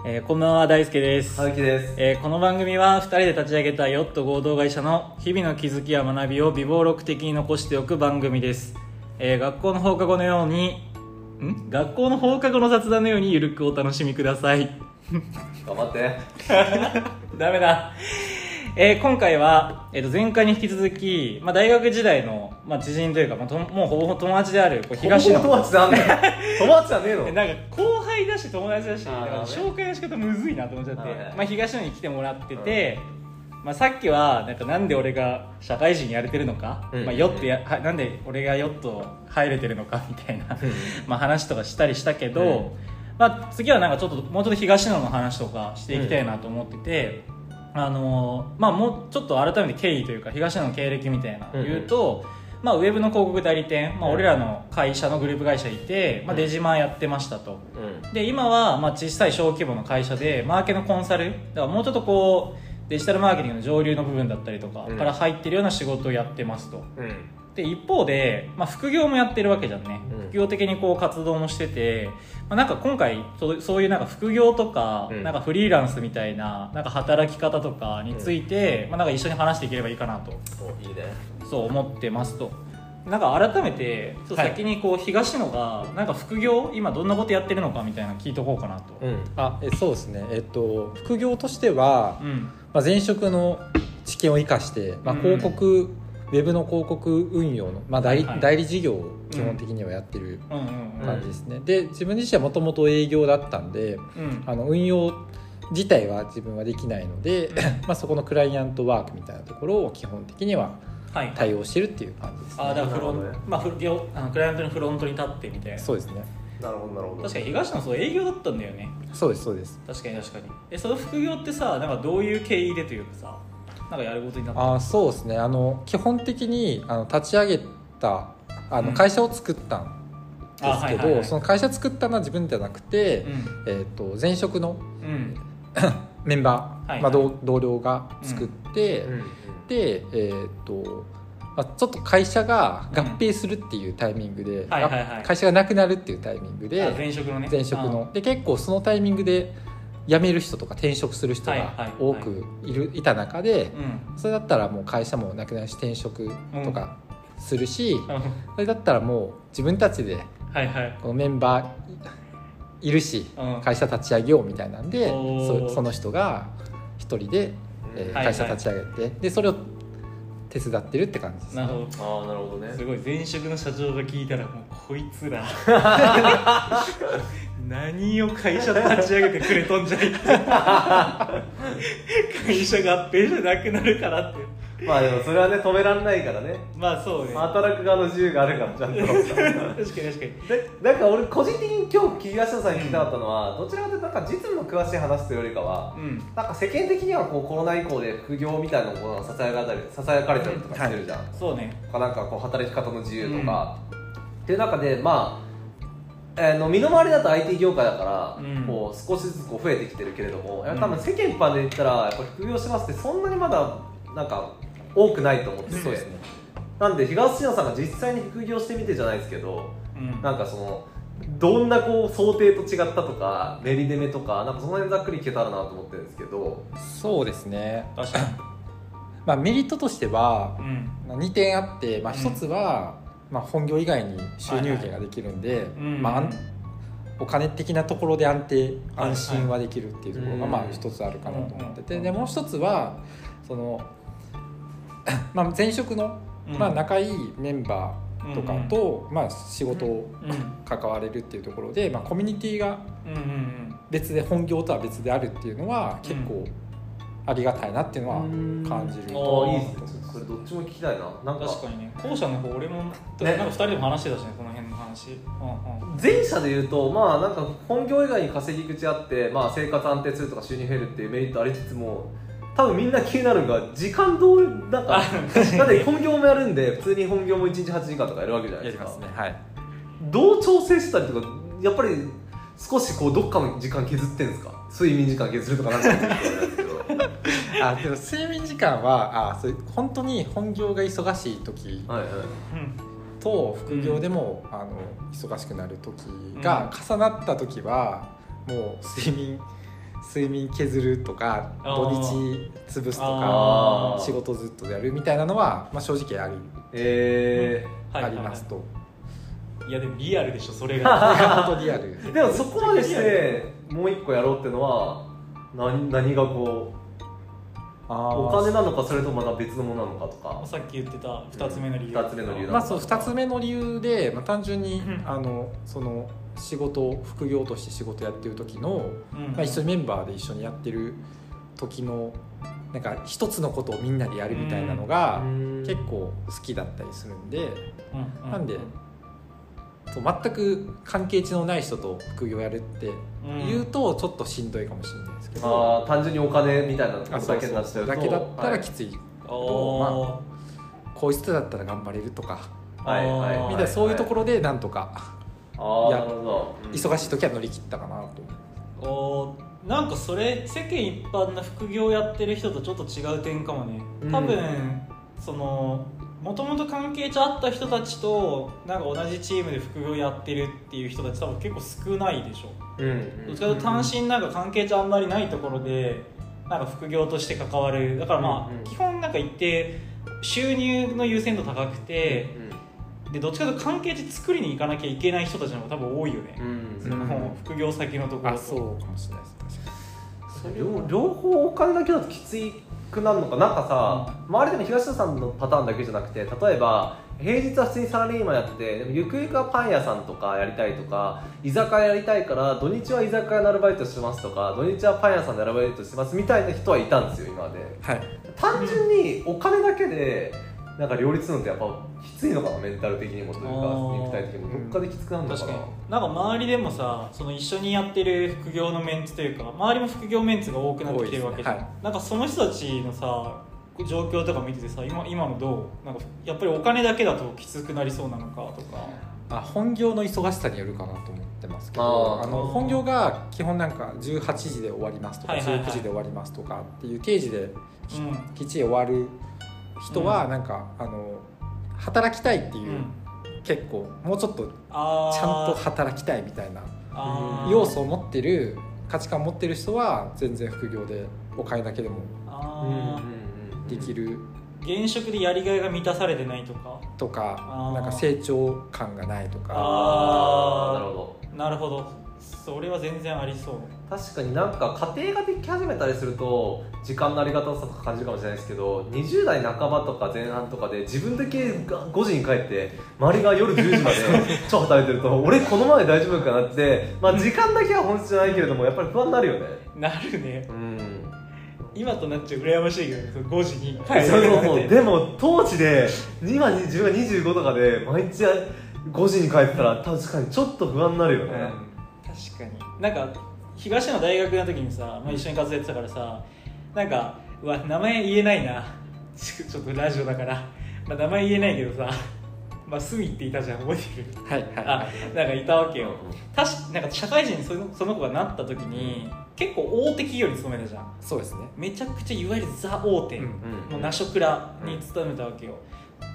こんばんは、大輔です。 春樹です。 この番組は2人で立ち上げたヨット合同会社の日々の気づきや学びを備忘録的に残しておく番組です。学校の放課後の雑談のようにゆるくお楽しみください。 頑張って。 ダメだ。今回は、前回に引き続き、大学時代の、知人というか、もうほぼ友達である東野。 友達なんだよ。友達じゃねえの。 なんか後輩だし友達だし、 あーなんか紹介の仕方むずいなと思っちゃって、 はい東野に来てもらってて、さっきはなんで俺が社会人やれてるのか、ヨットなんで俺がヨット入れてるのかみたいな話とかしたりしたけど、次はもうちょっと東野の話とかしていきたいなと思ってて、もうちょっと改めて経緯というか東野の経歴みたいな言うと、ウェブの広告代理店、俺らの会社のグループ会社いて、デジマーやってましたと、で今は小さい小規模の会社でマーケのコンサルだからもうちょっとデジタルマーケティングの上流の部分だったりとかから入ってるような仕事をやってますと、で一方で、副業もやってるわけじゃんね、副業的に活動もしてて、今回そういう副業とか、フリーランスみたいな働き方とかについて、一緒に話していければいいかなと、 いいね。 そう思ってますと。改めて先に東野が副業今どんなことやってるのかみたいなの聞いとこうかなと。 そうですね、副業としては、前職の知見を生かして、広告、ウェブの広告運用の、代理事業を基本的にはやってる感じですね。で自分自身はもともと営業だったんで、運用自体は自分はできないので、そこのクライアントワークみたいなところを基本的には対応してるっていう感じですね。 だからクライアントのフロントに立ってみたいな。 そうですね。 なるほどなるほど。 確かに東野営業だったんだよね。 そうですそうです。 確かにその副業ってさどういう経緯でというかさやることになったそうですね、基本的に立ち上げた会社を作ったんですけど、その会社作ったのは自分じゃなくて、前職の、メンバー、同僚が作って、で、ちょっと会社が合併するっていうタイミングで、会社がなくなるっていうタイミングで、前職ので結構そのタイミングで辞める人とか転職する人が多くいた中で、それだったらもう会社もなくなるし転職とかするし、それだったらもう自分たちでこのメンバーいるし、会社立ち上げようみたいなんで、その人が一人で会社立ち上げて、でそれを手伝ってるって感じです。 なるほどね。すごい前職の社長が聞いたらもうこいつら何を会社立ち上げてくれとんじゃいって会社合併じゃなくなるからって。 でもそれはね止められないからね。 そうね。 働く側の自由があるからちゃんと。 確かに。 で俺個人的に今日東野さんに聞きたかったのは、どちらかというと実務の詳しい話というよりかは、世間的にはコロナ以降で副業みたいなのがささやかれたりとかしてるじゃん。 そうね。 働き方の自由とか、っていう中で身の回りだと IT 業界だから、少しずつ増えてきてるけれども、多分世間一般で言ったらやっぱり副業しますってそんなにまだ多くないと思ってて、そうですね。なんで東野さんが実際に副業してみてじゃないですけど、どんな想定と違ったとかメリデメとかその辺ざっくり聞けたらなと思ってるんですけど。 そうですね。 確かに。 メリットとしては2点あって、1つは本業以外に収入源ができるんで、お金的なところで安心はできるっていうところが一つあるかなと思ってて、でもう一つは前職の仲いいメンバーとかと仕事を関われるっていうところで、コミュニティが別で本業とは別であるっていうのは結構ありがたいなっていうのは感じる。 いいですね。これどっちも聞きたいな。 確かにね。後者の方俺も2人でも話してたしね、この辺の話。 前者で言うと本業以外に稼ぎ口あって、生活安定するとか収入減るっていうメリットありつつも、多分みんな気になるのが時間どうだって本業もやるんで、普通に本業も1日8時間とかやるわけじゃないですか。 やりますね。はい。 どう調整したりとか、やっぱり少しどっかの時間削ってんですか？睡眠時間削るとかなんですけどでも睡眠時間は本当に本業が忙しい時と副業でも、忙しくなる時が重なった時はもう睡眠睡眠削るとか土日潰すとか仕事ずっとやるみたいなのは、まあ、正直ありますと。 いやでもリアルでしょそれが本当リアルでもそこまでしてもう一個やろうっていうのは何がこうお金なのかそれともまた別のものなのかとか、 さっき言ってた2つ目の理由、 2つ目の理由まあそう2つ目の理由で、まあ、単純に、その仕事副業として仕事やってる時の、まあ、一緒にメンバーで一緒にやってる時のなんか一つのことをみんなでやるみたいなのが結構好きだったりするんで、なんでそう全く関係値のない人と副業やるって言うとちょっとしんどいかもしれないですけど、 単純にお金みたいなことだけになっちゃうとだけだったらきついけど、まあこういう人だったら頑張れるとか、みたいなそういうところでなんとか忙しい時は乗り切ったかなと思う。なんかそれ世間一般の副業やってる人とちょっと違う点かもね。多分そのもともと関係値あった人たちとなんか同じチームで副業やってるっていう人たち多分結構少ないでしょ。どっちかというと単身なんか関係値あんまりないところでなんか副業として関わる。だからまあ基本なんか一定収入の優先度高くて、でどっちかというと関係値作りに行かなきゃいけない人たちの方が多分多いよね。その副業先のところと。 そうかもしれないです。 両方お金だけだときついくなるのか。なんかさ、周りでも東野さんのパターンだけじゃなくて、例えば平日は普通にサラリーマンやってて、でもゆくゆくはパン屋さんとかやりたいとか居酒屋やりたいから土日は居酒屋のアルバイトしますとか土日はパン屋さんでアルバイトしてますみたいな人はいたんですよ今まで、単純にお金だけでなんか両立するのってやっぱきついのかな、メンタル的にもというか肉体的にもどっかできつくなるのかな。 確かになんか周りでもさ、その一緒にやってる副業のメンツというか周りも副業メンツが多くなってきてるわけじゃん、なんかその人たちのさ状況とか見ててさ、今のどうなんかやっぱりお金だけだときつくなりそうなのかとか。 本業の忙しさによるかなと思ってますけど、本業が基本なんか18時で終わりますとか、19時で終わりますとかっていう定時できっちり終わる人はなんか、働きたいっていう、結構もうちょっとちゃんと働きたいみたいな要素を持ってる価値観を持ってる人は全然副業でお金だけでもできる。 現職でやりがいが満たされてないとかなんか成長感がないとか。 なるほど。 それは全然ありそう。 確かになんか家庭ができ始めたりすると時間のありがたさとか感じるかもしれないですけど、20代半ばとか前半とかで自分だけ5時に帰って周りが夜10時まで超働いてると俺このままで大丈夫かなって、まあ、時間だけは本質じゃないけれどもやっぱり不安になるよね。 なるね。今となっちゃ羨ましいけどね、5時に帰る。 そうでも当時で今自分が25とかで毎日5時に帰ったら確かにちょっと不安になるよね、 確かに。なんか東の大学の時にさ、一緒に活動やってたからさ、なんかうわ名前言えないなちょっとラジオだから、名前言えないけどさ、スミっていたじゃん、覚えてる？なんかいたわけよ。なんか社会人にその子がなった時に、結構大手企業に勤めたじゃん。 そうですね。 めちゃくちゃいわゆるザ大手、もうナショクラに勤めたわけよ。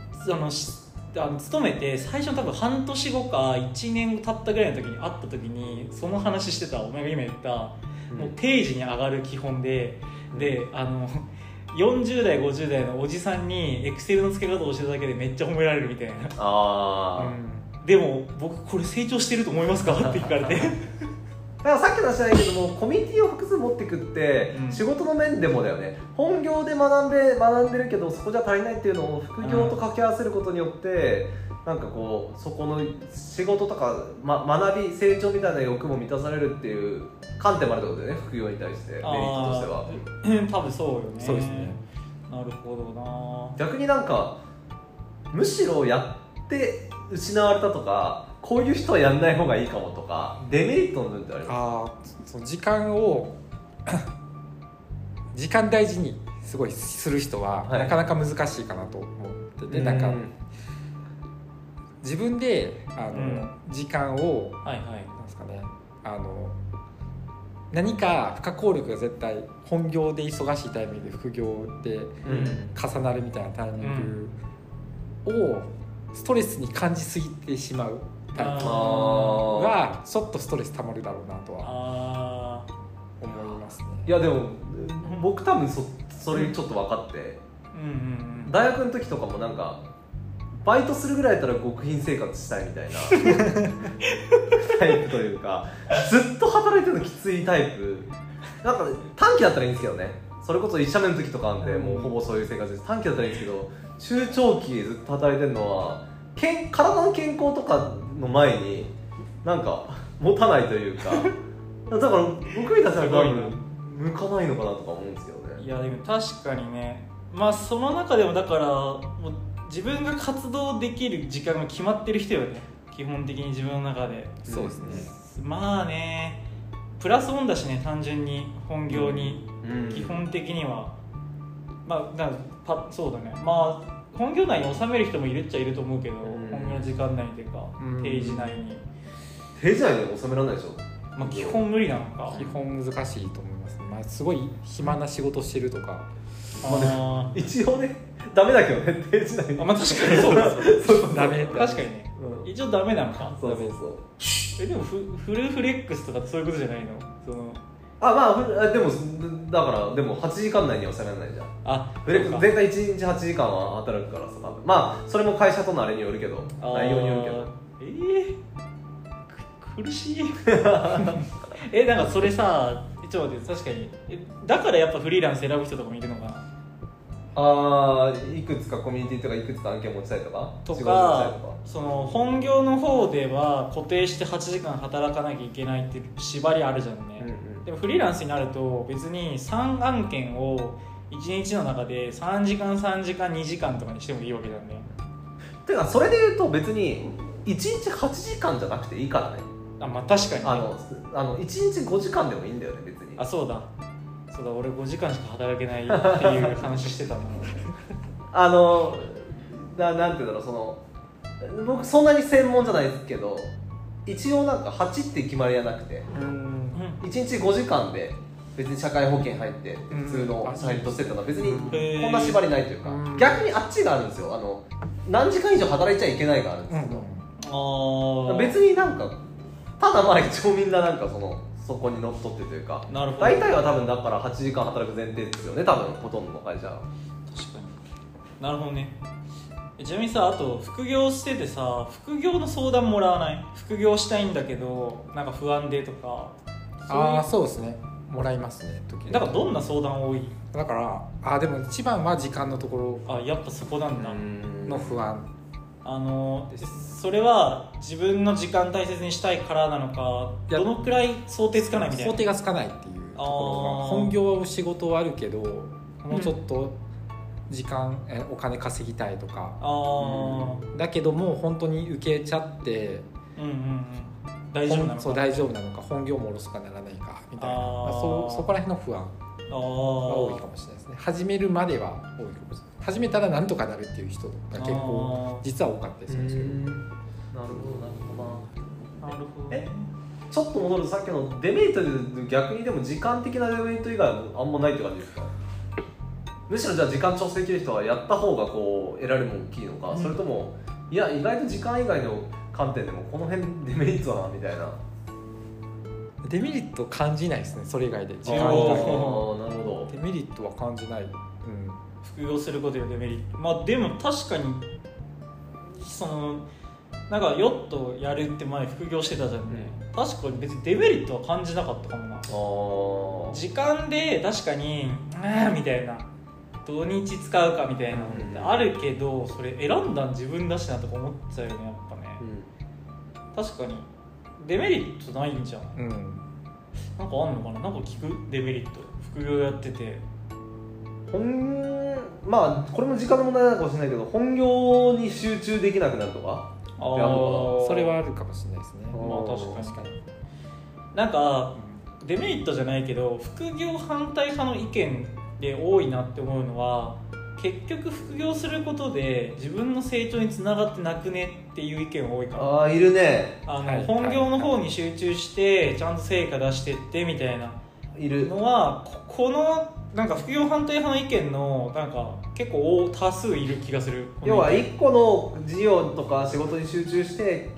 勤めて最初の多分半年後か1年経ったぐらいの時に会った時にその話してた。お前が今言ったもう定時に上がる基本で、40代50代のおじさんにエクセルの付け方を教えただけでめっちゃ褒められるみたいな。でも僕これ成長してると思いますかって聞かれてだからさっきの話じゃないけども、コミュニティを複数持っていくって仕事の面でもだよね。本業で学んでるけどそこじゃ足りないっていうのを副業と掛け合わせることによって、なんかこうそこの仕事とか、学び成長みたいな欲も満たされるっていう観点もあるってことだよね、副業に対してメリットとしては。 多分そうよね。 そうですね。 なるほどな。 逆になんかむしろやって失われたとか、こういう人はやんない方がいいかもとかデメリットの部分ってあります？ その時間を時間大事にすごいする人はなかなか難しいかなと思ってて、なんか自分で時間をなんですかね、何か不可抗力が絶対本業で忙しいタイミングで副業で重なるみたいなタイミングをストレスに感じすぎてしまうタイプがちょっとストレス溜まるだろうなとは思いますね。 いやでも僕多分それちょっと分かって、大学の時とかもなんかバイトするぐらいだったら極貧生活したいみたいなタイプというか、ずっと働いてるのきついタイプ。なんか短期だったらいいんですけどね、それこそ1社目の時とかなんでもうほぼそういう生活です。短期だったらいいんですけど、中長期ずっと働いてるのは体の健康とかの前になんか持たないというかだから僕みたいな多分向かないのかなとか思うんですけどね。 いやでも確かにね、まあその中でもだからもう自分が活動できる時間が決まってる人よね、基本的に自分の中で。 そうですね。 まあね、プラスオンだしね、単純に本業に、基本的にはまあそうだね、まあ本業内に収める人もいるっちゃいると思うけど、本業の時間内というか、定時内に収められないでしょ。 まあ基本無理なのか。 基本難しいと思いますね。まあすごい暇な仕事してるとか、 一応ねダメだけどね、定時内に。 まあ確かにそうだそうダメ。 確かにね、一応ダメなのか。 そうでもフルフレックスとかそういうことじゃないの？ まあでもだからでも8時間内には収められないじゃん。フレックス全体1日8時間は働くからさ、まあそれも会社とのあれによるけど、内容によるけど。 苦しいなんかそれさ、ちょっと待って、確かにだからやっぱフリーランス選ぶ人とかもいるのかな。 いくつかコミュニティとかいくつか案件持ちたいとかその本業の方では固定して8時間働かなきゃいけないっていう縛りあるじゃんね、でもフリーランスになると別に3案件を1日の中で3時間3時間2時間とかにしてもいいわけだよね。 てかそれで言うと別に1日8時間じゃなくていいからね。 まあ確かに、ね、 1日5時間でもいいんだよね別に。 そうだ俺5時間しか働けないっていう話してたのなんていうんだろう、僕そんなに専門じゃないですけど、一応なんか8って決まりはなくて、1日5時間で別に社会保険入って普通の社員としてたのは別にこんな縛りないというか、逆にあっちがあるんですよ、何時間以上働いちゃいけないがあるんですけど、別になんかただまあ一応みんななんかそこにのっとってというか、大体は多分だから8時間働く前提ですよね、多分ほとんどの会社。 確かに。なるほどね。ちなみにさ、あと副業しててさ、副業の相談もらわない？副業したいんだけどなんか不安でとか。 そうですね、もらいますね時々。 だからどんな相談多い？ だからでも一番は時間のところ。 やっぱそこなんだ。 の不安。 それは自分の時間大切にしたいからなのか、どのくらい想定つかないみたいな。 想定がつかないっていうところが、本業仕事はあるけどもうちょっと時間、お金稼ぎたいとか、だけども本当に受けちゃって、 大丈夫なのか、 大丈夫なのか、本業もおろそかならないかみたいな、そこら辺の不安が多いかもしれないですね。始めるまでは多いかもしれない。始めたらなんとかなるっていう人が結構実は多かったりするんですけど。 なるほど。ちょっと戻るとさっきのデメリットで、逆にでも時間的なデメリット以外はあんまないって感じですか？むしろじゃあ時間調整できる人はやった方が得られるも大きいのか、それともいや意外と時間以外の観点でもこの辺デメリットだなみたいな。 デメリット感じないですね、それ以外で。時間以外なるほど。 デメリットは感じない。 副業することのデメリット、でも確かになんかヨットやるって前副業してたじゃんね、確かに別にデメリットは感じなかったかもな。時間で確かにみたいな、土日使うかみたいなのってあるけど、それ選んだん自分だしなとか思っちゃうよね、やっぱね、確かにデメリットないんじゃん、なんかあんのかな、なんか聞くデメリット、副業やってて。 まあこれも時間の問題なのかもしれないけど、本業に集中できなくなるとかそれはあるかもしれないですね。 確かになんかデメリットじゃないけど、副業反対派の意見で多いなって思うのは、結局副業することで自分の成長につながってなくねっていう意見多いから。 いるね。 本業の方に集中してちゃんと成果出してってみたいないるのは、このなんか副業反対派の意見のなんか結構多数いる気がする。 要は1個の事業とか仕事に集中して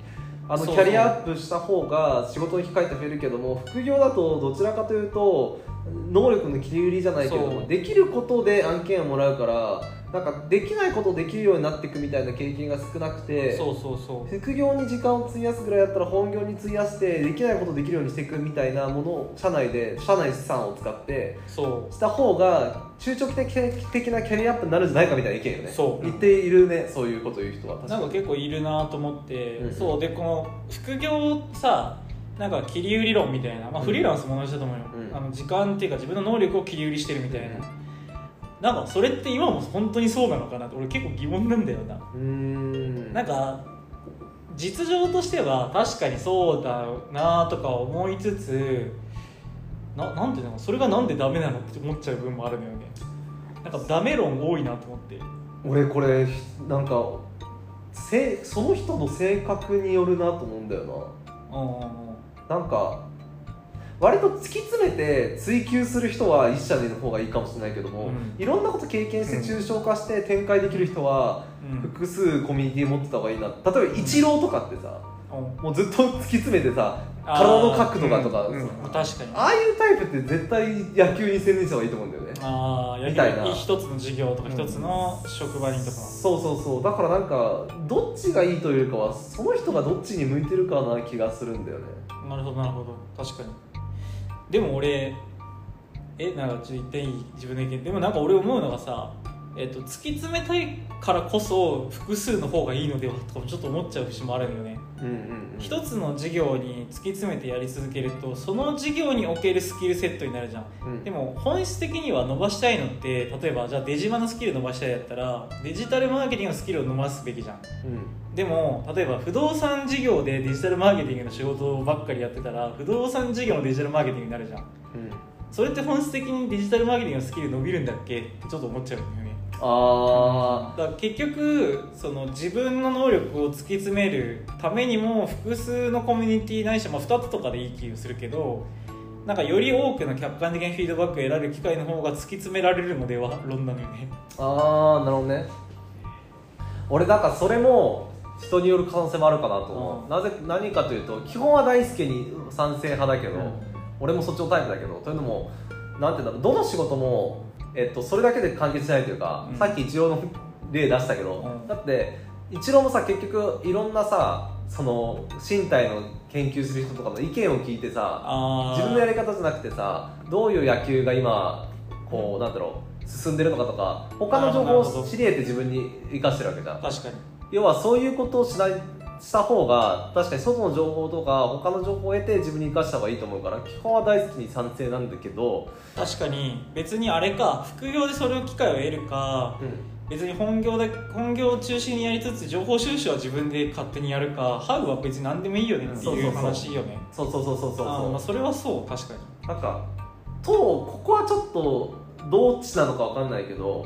キャリアアップした方が仕事の機会って増えるけども、副業だとどちらかというと能力の切り売りじゃないけども、できることで案件をもらうから、なんかできないことをできるようになっていくみたいな経験が少なくて、副業に時間を費やすぐらいだったら本業に費やしてできないことをできるようにしていくみたいなものを社内資産を使ってした方が中長期的なキャリアアップになるんじゃないかみたいな意見よね。言っているね、そういうことを言う人はなんか結構いるなと思って、そうでこの副業さ、なんか切り売り論みたいな、フリーランスも同じだと思うよ、時間っていうか自分の能力を切り売りしてるみたいな、なんかそれって今も本当にそうなのかなって俺結構疑問なんだよな。なんか実情としては確かにそうだなとか思いつつ、なんていうの、それがなんでダメなのって思っちゃう部分もあるのよね。なんかダメ論多いなと思って。 俺これなんかその人の性格によるなと思うんだよな。なんか割と突き詰めて追求する人は一社での方がいいかもしれないけども、いろんなこと経験して抽象化して展開できる人は複数コミュニティ持ってた方がいいな。例えばイチローとかってさ、もうずっと突き詰めてさ、体の角度がとか、 確かにああいうタイプって絶対野球に専念した方がいいと思うんだよね。みたいな一つの事業とか一つの職場にとか、 そうだからなんかどっちがいいというかはその人がどっちに向いてるかな気がするんだよね。 なるほど確かに。でも俺なんかちょっと言っていい自分の意見でも、なんか俺思うのがさ、突き詰めたいからこそ複数の方がいいのではとかもちょっと思っちゃう節もあるんよね。一つの事業に突き詰めてやり続けるとその事業におけるスキルセットになるじゃん、でも本質的には伸ばしたいのって例えばじゃあデジマのスキル伸ばしたいだったらデジタルマーケティングのスキルを伸ばすべきじゃん、でも例えば不動産事業でデジタルマーケティングの仕事ばっかりやってたら不動産事業のデジタルマーケティングになるじゃん、それって本質的にデジタルマーケティングのスキル伸びるんだっけってちょっと思っちゃうんだよね。だから結局その自分の能力を突き詰めるためにも複数のコミュニティないし、2つとかでいい気がするけど、なんかより多くの客観的なフィードバックを得られる機会の方が突き詰められるのでは論なのよね。 なるほどね。俺だからそれも人による可能性もあるかなと思う。何かというと基本は大輔に賛成派だけど、俺もそっちのタイプだけど、というのもなんていうんだろう、どの仕事もそれだけで完結しないというか、さっきイチローの例出したけど、だってイチローもさ結局いろんなさその身体の研究する人とかの意見を聞いてさ、自分のやり方じゃなくてさ、どういう野球が今こうなんだろう進んでるのかとか他の情報を知り得て自分に生かしてるわけじゃん。 確かに。 要はそういうことをした方が確かに外の情報とか他の情報を得て自分に生かした方がいいと思うから、基本は大好きに賛成なんだけど、 確かに別にあれか副業でそれの機会を得るか、別に本業を中心にやりつつ情報収集は自分で勝手にやるか、ハウは別に何でもいいよねっていう話よね。 そうそれはそう確かに。 なんかここはちょっとどっちなのか分かんないけど、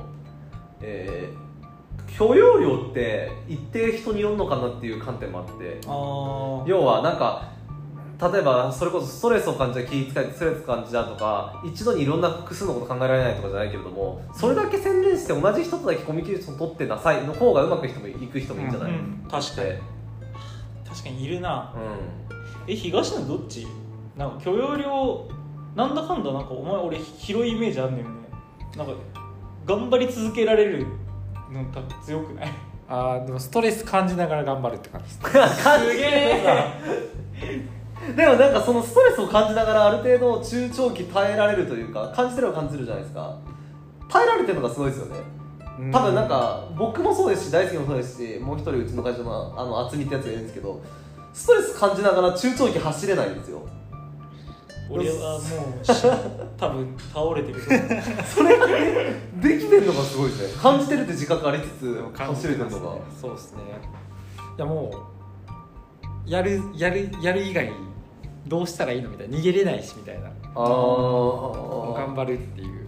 許容量って一定人によるのかなっていう観点もあって、要はなんか例えばそれこそストレスを感じたら気遣いてストレス感じたとか一度にいろんな複数のこと考えられないとかじゃないけれども、それだけ専念して同じ人とだけコミュニケーション取ってなさいの方がうまくいく人もいいんじゃない、 確かにいるな、東野どっち？なんか許容量なんだかんだなんか俺広いイメージあるんだよね。なんか頑張り続けられるの強くない？ でもストレス感じながら頑張るって感じですすげえでもなんかそのストレスを感じながらある程度中長期耐えられるというか、感じてるは感じるじゃないですか。耐えられてるのがすごいですよね。多分なんか僕もそうですし大好きもそうですし、もう一人うちの会社の厚みってやつがいるんですけど、ストレス感じながら中長期走れないんですよ。 俺はもう多分倒れてるそれできてるのがすごいですね。感じてるって自覚ありつつ走れてるのが、 そうですね。いやもうやる以外どうしたらいいのみたいな、逃げれないしみたいな、頑張るっていう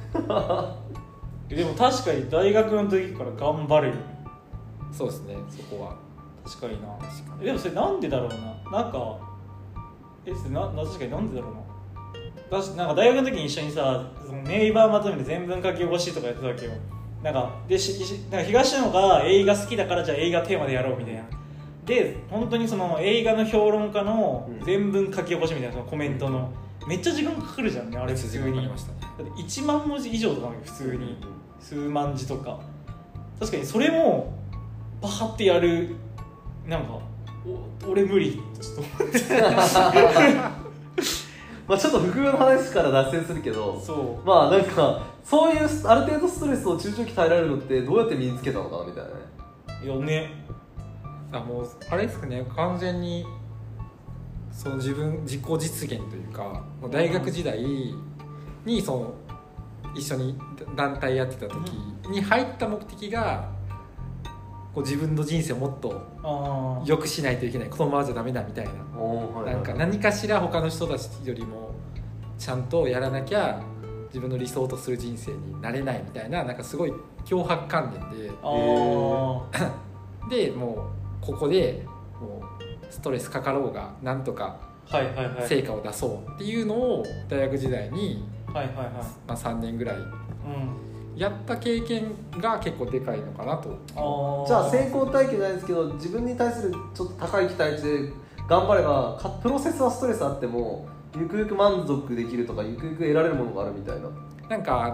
でも確かに大学の時から頑張るよね。 そうですね、そこは確かにな。でもそれなんでだろうな。なんか確かになんでだろうな。なんか大学の時に一緒にさ、そのネイバーまとめて全文書き起こしとかやってたわけよ。なんか東野が映画好きだからじゃあ映画テーマでやろうみたいな。 で本当にその映画の評論家の全文書き起こしみたいなそのコメントの、めっちゃ時間かかるじゃんねあれ普通に。だって1万文字以上とか普通に数万字とか、確かにそれもバーってやるなんか俺無理ちょっとまあちょっと副業の話から脱線するけど、 そうまあなんかそういうある程度ストレスを中長期耐えられるのってどうやって身につけたのかなみたいなね。 いやね、 もうあれですかね、完全にその自己実現というか、もう大学時代にその一緒に団体やってた時に入った目的がこう自分の人生をもっと良くしないといけない、このままじゃダメだみたいな、なんか何かしら他の人たちよりもちゃんとやらなきゃ自分の理想とする人生になれないみたいな、なんかすごい強迫観念ででもうここでもうストレスかかろうがなんとか成果を出そうっていうのを大学時代に3年ぐらいやった経験が結構でかいのかなと。 じゃあ成功体験ないですけど、自分に対するちょっと高い期待値で頑張ればプロセスはストレスあってもゆくゆく満足できるとかゆくゆく得られるものがあるみたいな。 なんか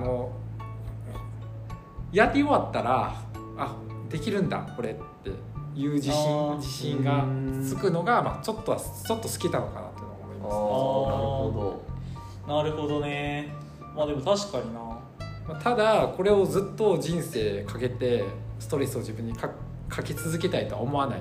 やり終わったらできるんだこれっていう自信がつくのが、まあ、ちょっと好きなのかなと思いますね。 なるほどね。まあでも確かにな。 ただこれをずっと人生かけてストレスを自分にかけ続けたいとは思わない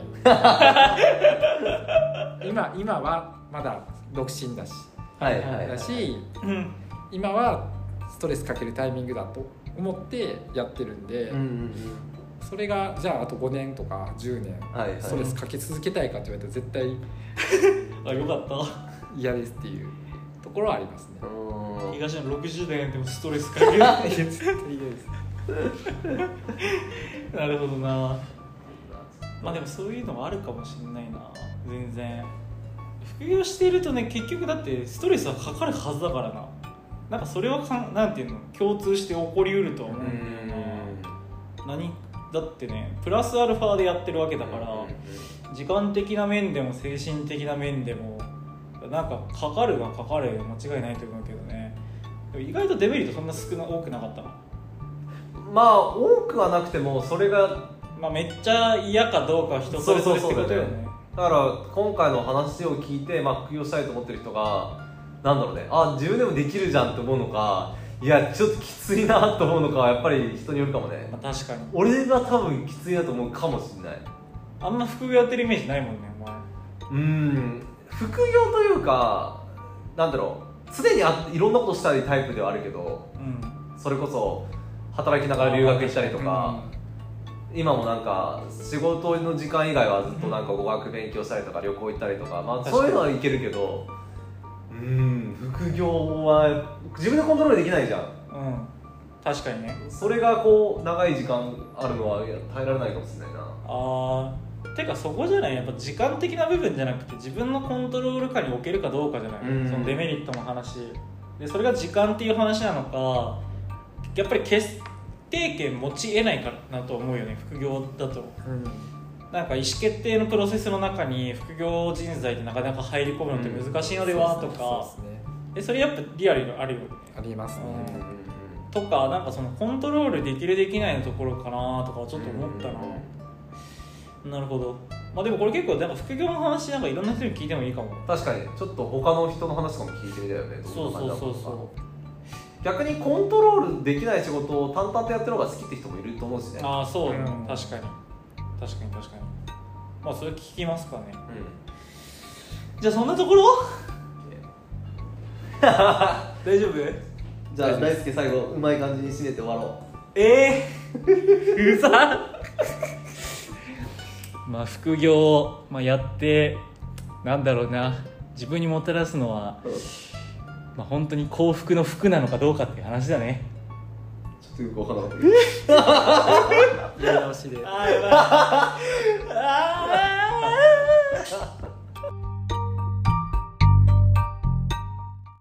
今はまだ独身だし、だし、今はストレスかけるタイミングだと思ってやってるんで、それがじゃああと5年とか10年ストレスかけ続けたいかって言われたら絶対よかった嫌ですっていうところはありますね。 東の60年でもストレスかける絶対嫌ですなるほどな。まあでもそういうのもあるかもしれないな。全然副業しているとね、結局だってストレスはかかるはずだからな。なんかそれはなんていうの共通して起こりうるとは思うんだよな。だってねプラスアルファでやってるわけだから、時間的な面でも精神的な面でもなんかかかるがかかる間違いないと思うけどね。でも意外とデメリットそんな多くなかったの。 まあ多くはなくてもそれが、 まあ、めっちゃ嫌かどうかは人それぞれってことよね。 だから今回の話を聞いて、副業したいと思ってる人がなんだろうね、自分でもできるじゃんって思うのか、いやちょっときついなと思うのかはやっぱり人によるかもね。 確かに俺が多分きついなと思うかもしれない。 あんま副業やってるイメージないもんねお前。 副業というかなんだろう、常にいろんなことしたいタイプではあるけど、それこそ働きながら留学行ったりとか、今もなんか仕事の時間以外はずっとなんか語学勉強したりとか旅行行ったりとか、そういうのはいけるけど、副業は自分でコントロールできないじゃん。 確かにね。 それがこう長い時間あるのは耐えられないかもしれないな。 てかそこじゃない、やっぱ時間的な部分じゃなくて自分のコントロール下に置けるかどうかじゃない、そのデメリットの話で、それが時間っていう話なのか、やっぱり決定権持ち得ないからなと思うよね副業だと。なんか意思決定のプロセスの中に副業人材ってなかなか入り込むのって難しいのではとか、それやっぱリアルにあるよね。 ありますね。 とかなんかそのコントロールできるできないのところかなとかちょっと思ったな。なるほど。でもこれ結構なんか副業の話なんかいろんな人に聞いてもいいかも。 確かにちょっと他の人の話とかも聞いてみたいよね。そう逆にコントロールできない仕事を淡々とやってる方が好きって人もいると思うしね。 そう、確かにそれ聞きますかね。じゃあそんなところ大丈夫？ じゃあ大輔最後うまい感じに締めて終わろう。 うざ副業、やってなんだろうな、自分にもたらすのは、本当に幸福の福なのかどうかっていう話だね。 ちょっとよくわからない。 やり直しで。 やばい。